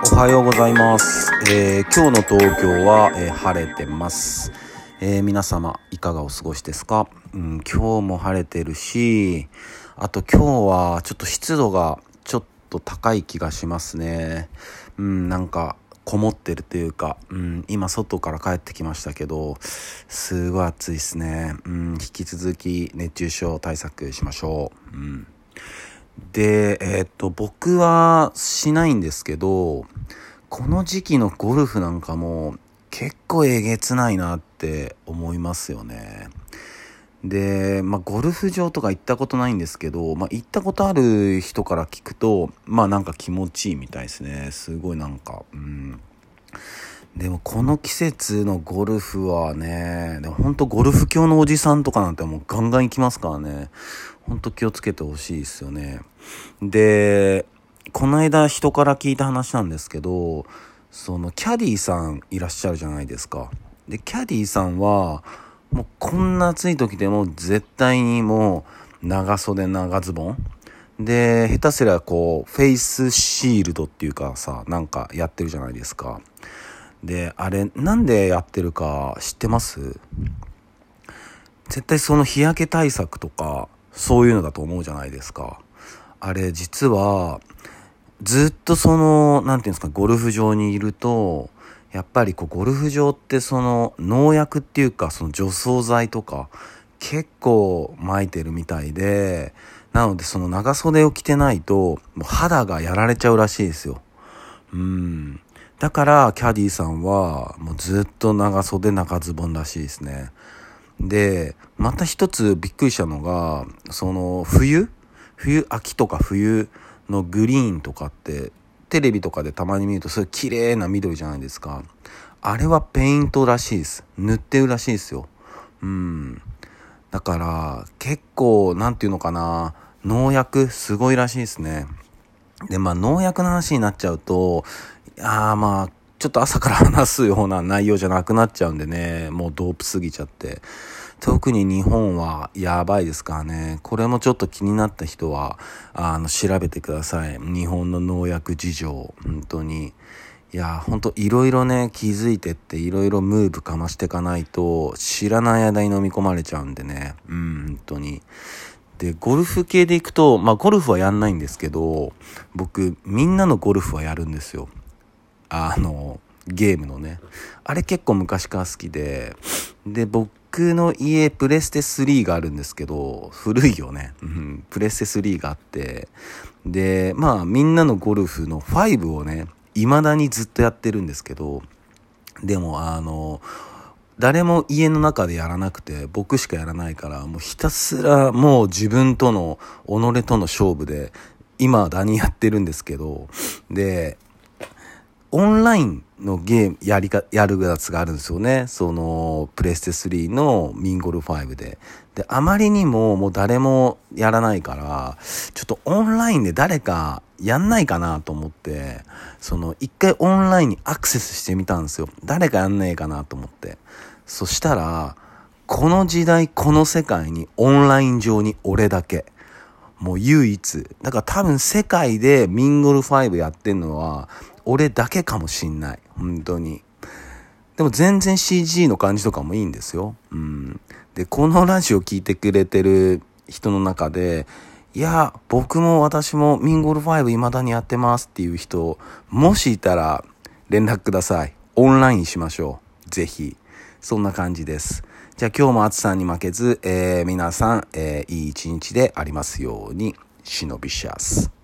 おはようございます。今日の東京は、晴れてます。皆様いかがお過ごしですか？今日も晴れてるし、あと今日はちょっと湿度がちょっと高い気がしますね。なんかこもってるというか、今外から帰ってきましたけど、すごい暑いですね。引き続き熱中症対策しましょう。で、僕はしないんですけど、この時期のゴルフなんかも結構えげつないなって思いますよね。で、ゴルフ場とか行ったことないんですけど、行ったことある人から聞くと、なんか気持ちいいみたいですね。すごいなんか、でもこの季節のゴルフはね、ほんとゴルフ教のおじさんとかなんてもうガンガン行きますからね。ほんと気をつけてほしいですよね。で、この間人から聞いた話なんですけど、そのキャディーさんいらっしゃるじゃないですか。で、キャディーさんはもうこんな暑い時でも絶対にもう長袖長ズボンで、下手すりゃこうフェイスシールドっていうかさ、なんかやってるじゃないですか。で、あれなんでやってるか知ってます？絶対その日焼け対策とかそういうのだと思うじゃないですか。あれ実はずっとそのなんていうんですか、ゴルフ場にいるとやっぱりこうゴルフ場ってその農薬っていうかその除草剤とか結構撒いてるみたいで、なのでその長袖を着てないともう肌がやられちゃうらしいですよ。だからキャディさんはもうずっと長袖長ズボンらしいですね。で、また一つびっくりしたのが、その秋とか冬のグリーンとかってテレビとかでたまに見るとそういう綺麗な緑じゃないですか。あれはペイントらしいです。塗ってるらしいですよ。だから結構なんていうのかな、農薬すごいらしいですね。で、農薬の話になっちゃうと、ちょっと朝から話すような内容じゃなくなっちゃうんでね、もうドープすぎちゃって。特に日本はやばいですからね。これもちょっと気になった人は、調べてください。日本の農薬事情、本当に。いや、本当いろいろね、気づいてっていろいろムーブかましていかないと、知らない間に飲み込まれちゃうんでね。本当に。で、ゴルフ系で行くと、ゴルフはやんないんですけど、僕、みんなのゴルフはやるんですよ。ゲームのね。あれ結構昔から好きで、僕の家、プレステ3があるんですけど、古いよね。プレステ3があって、で、みんなのゴルフの5をね、未だにずっとやってるんですけど、でも誰も家の中でやらなくて僕しかやらないから、もうひたすらもう自分との己との勝負で今何やってるんですけど、でオンラインのゲームやるやつがあるんですよね。そのプレステ3のミンゴル5であまりにももう誰もやらないから、ちょっとオンラインで誰かやんないかなと思って、その一回オンラインにアクセスしてみたんですよ。誰かやんねえかなと思って。そしたらこの時代この世界にオンライン上に俺だけ、もう唯一だから、多分世界でミンゴル5やってんのは俺だけかもしんない。本当に。でも全然 CG の感じとかもいいんですよ。で、このラジオ聞いてくれてる人の中で、いや、僕も私もミンゴル5未だにやってますっていう人、もしいたら連絡ください。オンラインしましょう。ぜひ。そんな感じです。じゃあ今日も暑さに負けず、皆さん、いい一日でありますように。シノビシャス。